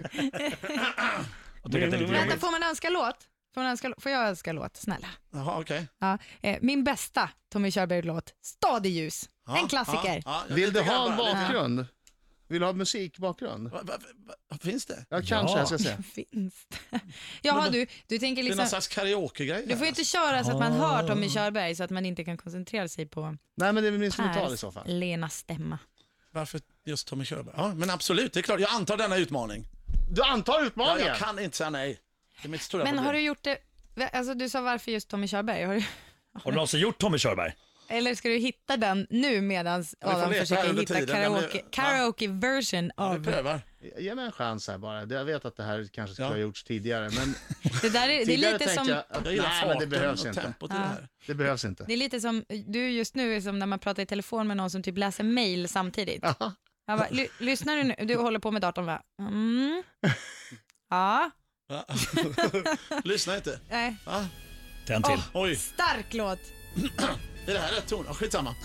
Vänta, får man önska låt? Får, man önska, får jag önska låt? Snälla. Jaha, okej. Okay. Ja, eh, min bästa Tommy Körberg-låt, Stadig ljus. Ja, en klassiker. Ja, ja, Vill du ha en bara, bakgrund? Ja. Vill du ha musikbakgrund? Va, va, va, finns det? Ja, kanske. Ja. Jag ska se. Finns det? Jaha, du, du tänker liksom... Det är någon slags karaoke-grej. Du får ju inte köra så att man hör Tommy Körberg så att man inte kan koncentrera sig på... Nej, men det är min instrumental i så fall. Lena stämma. Varför just Tommy Körberg? Ja, men absolut, det är klart. Jag antar denna utmaning. Du antar utmaningen? Ja, jag kan inte säga nej. Det är mitt stora men problem. har du gjort det... Alltså, du sa varför just Tommy Körberg? Har du, har du någonsin gjort Tommy Körberg? Eller ska du hitta den nu medan Adam försöker hitta tiden. karaoke, ja. karaoke version av... Ja, prövar. Ge mig en chans här bara. Jag vet att det här kanske skulle ja. ha gjorts tidigare, men... Det, där är, det är lite som... Jag, jag nej, men det behövs inte. Ja. Det, här. det behövs inte. Det är lite som, du just nu är som när man pratar i telefon med någon som typ läser mail samtidigt. Ja. Jag bara, L- lyssnar du nu? Du håller på med datorn, va? Mm. Ja. Lyssna inte. Nej. Va? Den till. Oh, oj. Stark låt. Är det här rätt ton? Oh, skitsamma.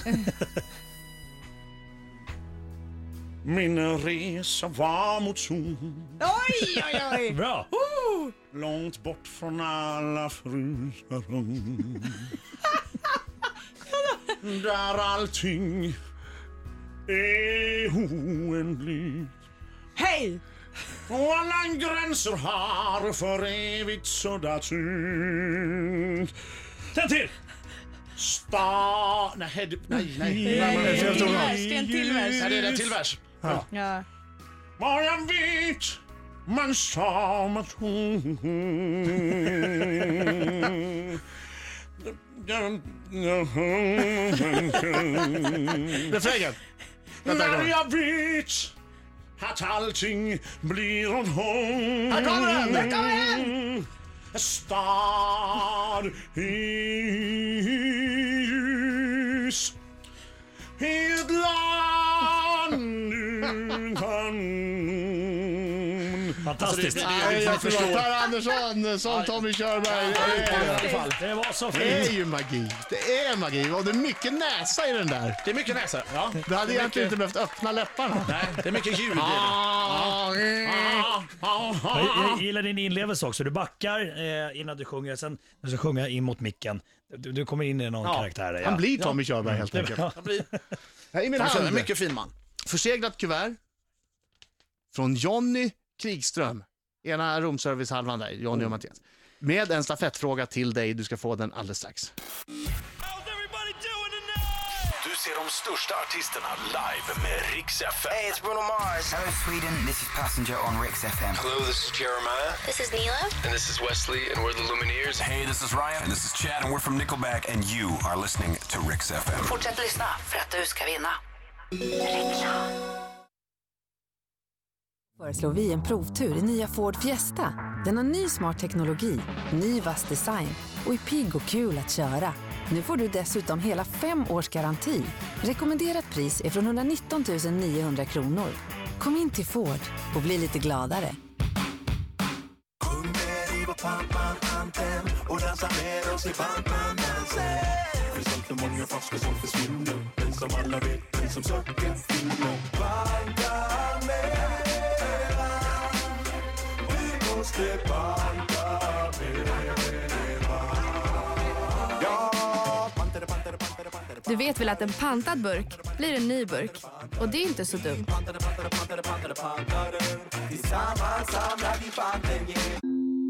Min resa var mot sol. Oj, oj, oj. Bra. Uh. Långt bort från alla frusna rum. Där allting är oändligt. Hej! Och alla gränser har för evigt suddat ut. Den till! Sta... Nej, nej, nej. nej. Det är en till vers. Det är en till vers. Nej, det är en till vers. Ja. Ja. Vad jag vet, man sa att hon... Refrängen. När jag vet att allting blir åt hon. Här kommer den! Här kommer den! Stad i ljus, i ett land utan... Fantastiskt. Alltså det, det, det, jag förstår. Per Andersson som Tommy Körberg. Det, det var så fint. Det är ju magi. Det är magi. Och det är mycket näsa i den där. Det är mycket näsa. Ja. Du hade egentligen mycket... inte behövt öppna läpparna. Nej, det är mycket ljud. Ah, ja. Jag, jag gillar din inlevelse också. Du backar eh, innan du sjunger. Sen när du ska sjunga in mot micken. Du, du kommer in i någon ja. karaktär. Ja. Han blir Tommy Körberg helt ja. enkelt. Han blir... I min hand. Mycket fin man. Förseglat kuvert från Jonny Krigström. Ena roomservice-halvan där, Jonny och Mattias. Med en stafettfråga till dig. Du ska få den alldeles strax. Du ser de största artisterna live med Rix F M. Hey, it's Bruno Mars. Hello Sweden, this is Passenger on Rix F M. Hello, this is Jeremiah. This is Neela. And this is Wesley, and we're the Lumineers. Hey, this is Ryan. And this is Chad, and we're from Nickelback, and you are listening to Rix F M. Fortsätt lyssna för att du ska vinna. Föreslår vi en provtur i nya Ford Fiesta. Den har ny smart teknologi, ny vass design och är pigg och kul att köra. Nu får du dessutom hela fem års garanti. Rekommenderat pris är från etthundranitton tusen niohundra kronor. Kom in till Ford och bli lite gladare. Och dansa med oss i Batman-dansen. Det finns alltid många flaskor som försvinner, men som alla vet, den som söker finner. Banka mera, vi måste banka mera. Ja, pantere, pantere, pantere, pantere. Du vet väl att en pantad burk blir en ny burk? Och det är inte så dumt. Pantere, pantere, pantere, pantere, pantere. Tillsammans samlar vi banden, yeah.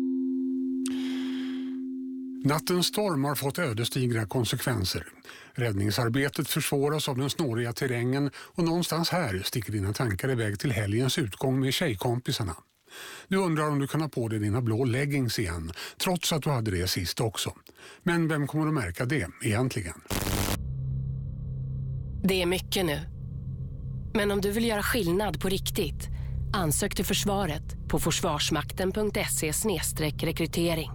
Nattens storm har fått ödesdigra konsekvenser. Räddningsarbetet försvåras av den snåriga terrängen och någonstans här sticker dina tankar iväg till helgens utgång med tjejkompisarna. Du undrar om du kan ha på dig dina blå leggings igen, trots att du hade det sist också. Men vem kommer att märka det egentligen? Det är mycket nu. Men om du vill göra skillnad på riktigt, ansök till försvaret på försvarsmakten punkt se snedstreck rekrytering.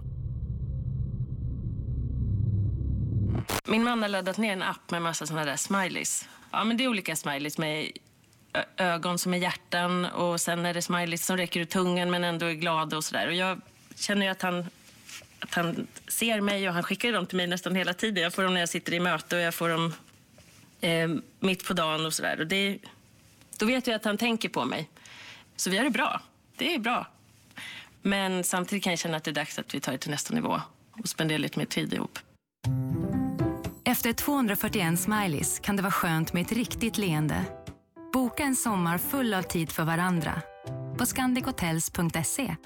Min man har laddat ner en app med massa såna där smileys. Ja, men det är olika smileys med ö- ögon som är hjärtan och sen är det smileys som räcker ur tungan men ändå är glada och sådär. Och jag känner ju att han, att han ser mig och han skickar dem till mig nästan hela tiden. Jag får dem när jag sitter i möte och jag får dem eh, mitt på dagen och sådär. Och det, då vet jag att han tänker på mig. Så vi har det bra. Det är bra. Men samtidigt kan jag känna att det är dags att vi tar det till nästa nivå och spenderar lite mer tid ihop. Efter tvåhundrafyrtioen smileys kan det vara skönt med ett riktigt leende. Boka en sommar full av tid för varandra på scandic hotels punkt se.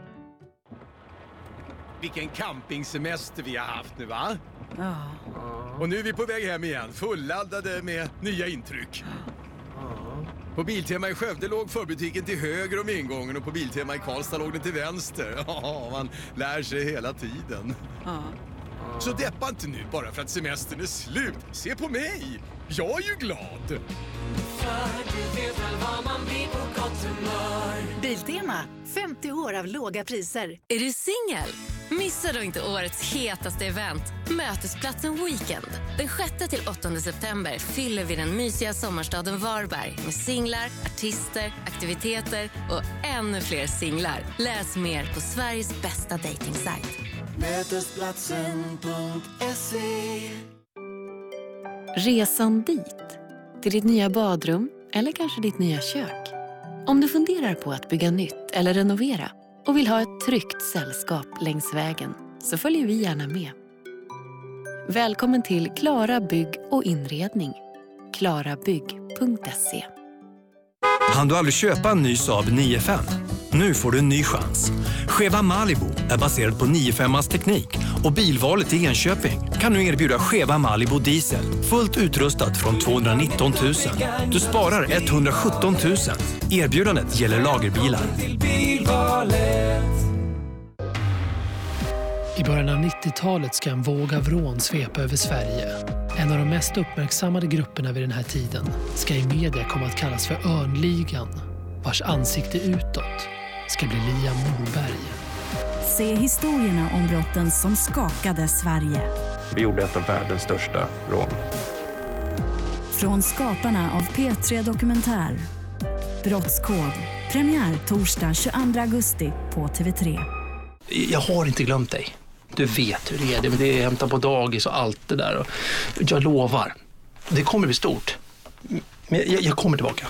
Vilken campingsemester vi har haft nu, va? Ja. Och nu är vi på väg hem igen, fulladdade med nya intryck. På Biltema i Skövde låg förbutiken till höger om ingången och på Biltema i Karlstad låg den till vänster. Ja, man lär sig hela tiden. Ja. Så deppa inte nu bara för att semestern är slut. Se på mig! Jag är ju glad! För du vet väl vad man blir på gott humör. Biltema, femtio år av låga priser. Är du singel? Missa då inte årets hetaste event, Mötesplatsen Weekend. Den sjätte till åttonde september fyller vi den mysiga sommarstaden Varberg med singlar, artister, aktiviteter och ännu fler singlar. Läs mer på Sveriges bästa dejtingsajt. Mötesplatsen punkt se. Resan dit, till ditt nya badrum eller kanske ditt nya kök. Om du funderar på att bygga nytt eller renovera och vill ha ett tryggt sällskap längs vägen så följer vi gärna med. Välkommen till Klara Bygg och Inredning. klara bygg punkt se. Han du aldrig köpa en ny Saab nio fem? Nu får du en ny chans. Cheva Malibu är baserad på nio femmans teknik och bilvalet i Enköping kan nu erbjuda Cheva Malibu Diesel fullt utrustad från tvåhundranitton tusen. Du sparar etthundrasjutton tusen. Erbjudandet gäller lagerbilar. I början av nittiotalet ska en våg av rån svepa över Sverige. En av de mest uppmärksammade grupperna vid den här tiden ska i media komma att kallas för Örnligan, vars ansikte utåt ska bli Liam Norberg. Se historierna om brotten som skakade Sverige. Vi gjorde ett av världens största rån. Från skaparna av P tre Dokumentär. Brottskod. Premiär torsdag tjugoandra augusti på T V tre. Jag har inte glömt dig. Du vet hur det är. Det är hämta på dagis och allt det där. Jag lovar. Det kommer bli stort. Men jag, jag kommer tillbaka.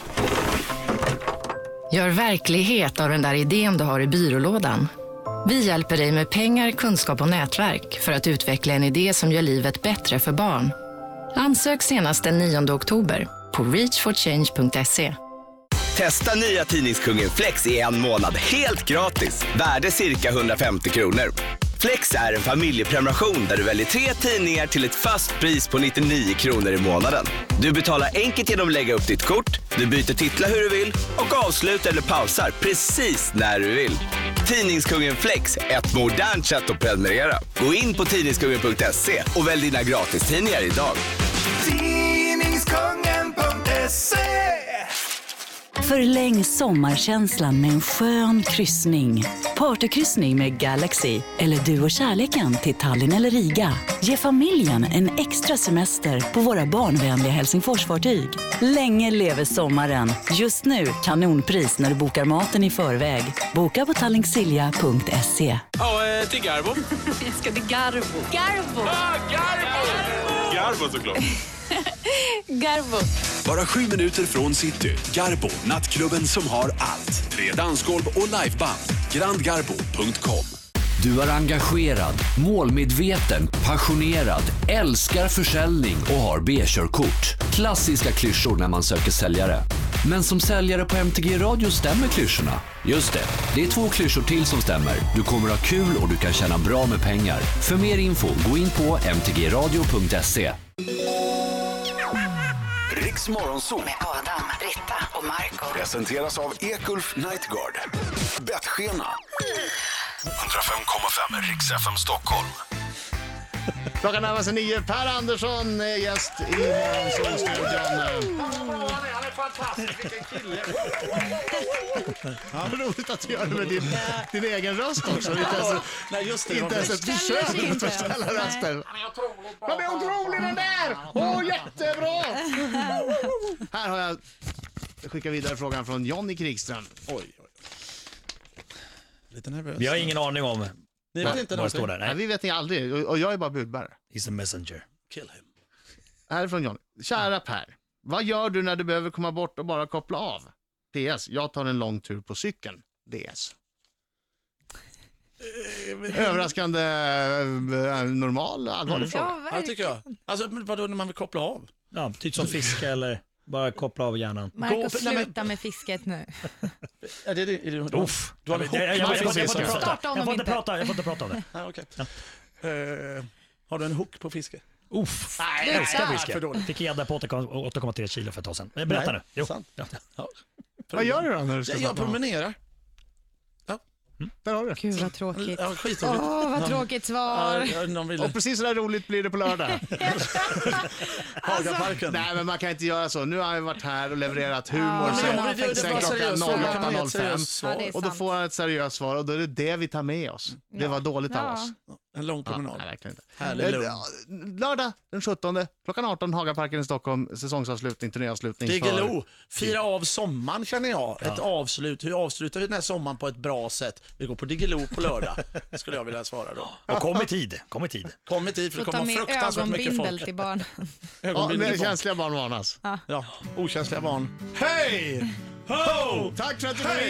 Gör verklighet av den där idén du har i byrålådan. Vi hjälper dig med pengar, kunskap och nätverk för att utveckla en idé som gör livet bättre för barn. Ansök senast den nionde oktober på reach for change punkt se. Testa nya Tidningskungen Flex i en månad helt gratis. Värde cirka hundrafemtio kronor. Flex är en familjeprenumeration där du väljer tre tidningar till ett fast pris på nittionio kronor i månaden. Du betalar enkelt genom att lägga upp ditt kort, du byter titlar hur du vill och avslutar eller pausar precis när du vill. Tidningskungen Flex, ett modernt sätt att prenumerera. Gå in på tidningskungen punkt se och välj dina gratistidningar idag. Tidningskungen punkt se. Förläng sommarkänslan med en skön kryssning. Partykryssning med Galaxy eller du och kärleken till Tallinn eller Riga. Ge familjen en extra semester på våra barnvänliga Helsingforsfartyg. Länge lever sommaren. Just nu kanonpris när du bokar maten i förväg. Boka på tallingsilja punkt se. Ja, till Garbo. Jag ska till Garbo. Garbo! Ah, Garbo! Garbo såklart. Garbo. Bara sju minuter från city. Garbo, nattklubben som har allt. Tre dansgolv och liveband. grand garbo punkt com. Du är engagerad, målmedveten, passionerad, älskar försäljning och har B-körkort. Klassiska klyschor när man söker säljare. Men som säljare på M T G Radio stämmer klyschorna. Just det, det är två klyschor till som stämmer. Du kommer ha kul och du kan tjäna bra med pengar. För mer info, gå in på m t g radio punkt se. Riks Morgonzoo Med Adam, Britta och Marco. presenteras av Ekulf Nightguard. Bettskena. hundrafem komma fem Riks F M Stockholm. Klockan närmar sig nio. Per Andersson är gäst i Morgonzoo-studion. fantastiskt, vilken kille. Ja, roligt att du gör det med din, din egen röst också. Inte ens, Nej, just det, inte ens ett försök att förställa rösten. Han är otrolig den där! Åh, oh, jättebra! Här har jag skickat vidare frågan från Johnny Krigström. Oj, oj. Lite nervös. Vi har ingen aning om. Ni vet inte vad det står där. Nej. Nej, vi vet inte aldrig. Och, och jag är bara budbärare. He's a messenger. Kill him. Här är från Johnny. Kära Per, vad gör du när du behöver komma bort och bara koppla av? P S. Jag tar en lång tur på cykeln. D S. Överraskande, normal, allvarlig fråga. Ja, tycker jag. Alltså, vadå när man vill koppla av? Ja, typ som fiska eller bara koppla av hjärnan. Marcus, Gå, sluta men... med fisket nu. Ja, det, det, det, det, Uff. Du har en chock. Jag, jag, jag, jag, jag, jag, får inte prata. Jag får inte prata. Jag får inte prata om det. Ah, okay. Ja. Uh, har du en hook på fiske? Uff. Nej, jag älskar nej, fiske. Fick gädda på åtta komma tre kilo för ett tag sedan. Berätta nej, nu. Jo. Ja. Ja. Vad gör du då när du ska Jag, jag promenerar. Mm. Där har du. Gud vad tråkigt. Ja, skitroligt. Åh, vad tråkigt svar. Ja, någon ville... Och precis så där roligt blir det på lördag. Hagaparken. Nej, men man kan inte göra så. Nu har jag varit här och levererat humor Ja, sen, men jag, sen klockan åtta noll fem. Ja, och då får han ett seriöst svar och då är det det vi tar med oss. Det ja. var dåligt ja. av oss. En lång promenad. Ja, nej, verkligen inte. Härlig lugn. Lördag den sjuttonde klockan arton, Hagaparken i Stockholm, säsongsavslutning, turnéavslutning. Diggiloo, fira av sommaren känner jag. Ett ja. avslut. Hur avslutar vi den här sommaren på ett bra sätt? Vi går på Diggiloo på lördag, skulle jag vilja svara då. Och kom i tid, kom i tid. Kom i tid, för det kommer fruktansvärt mycket folk. Till barn. Ja, med känsliga barn varnas. Ja, okänsliga barn. Hej! Ho! Tack för att du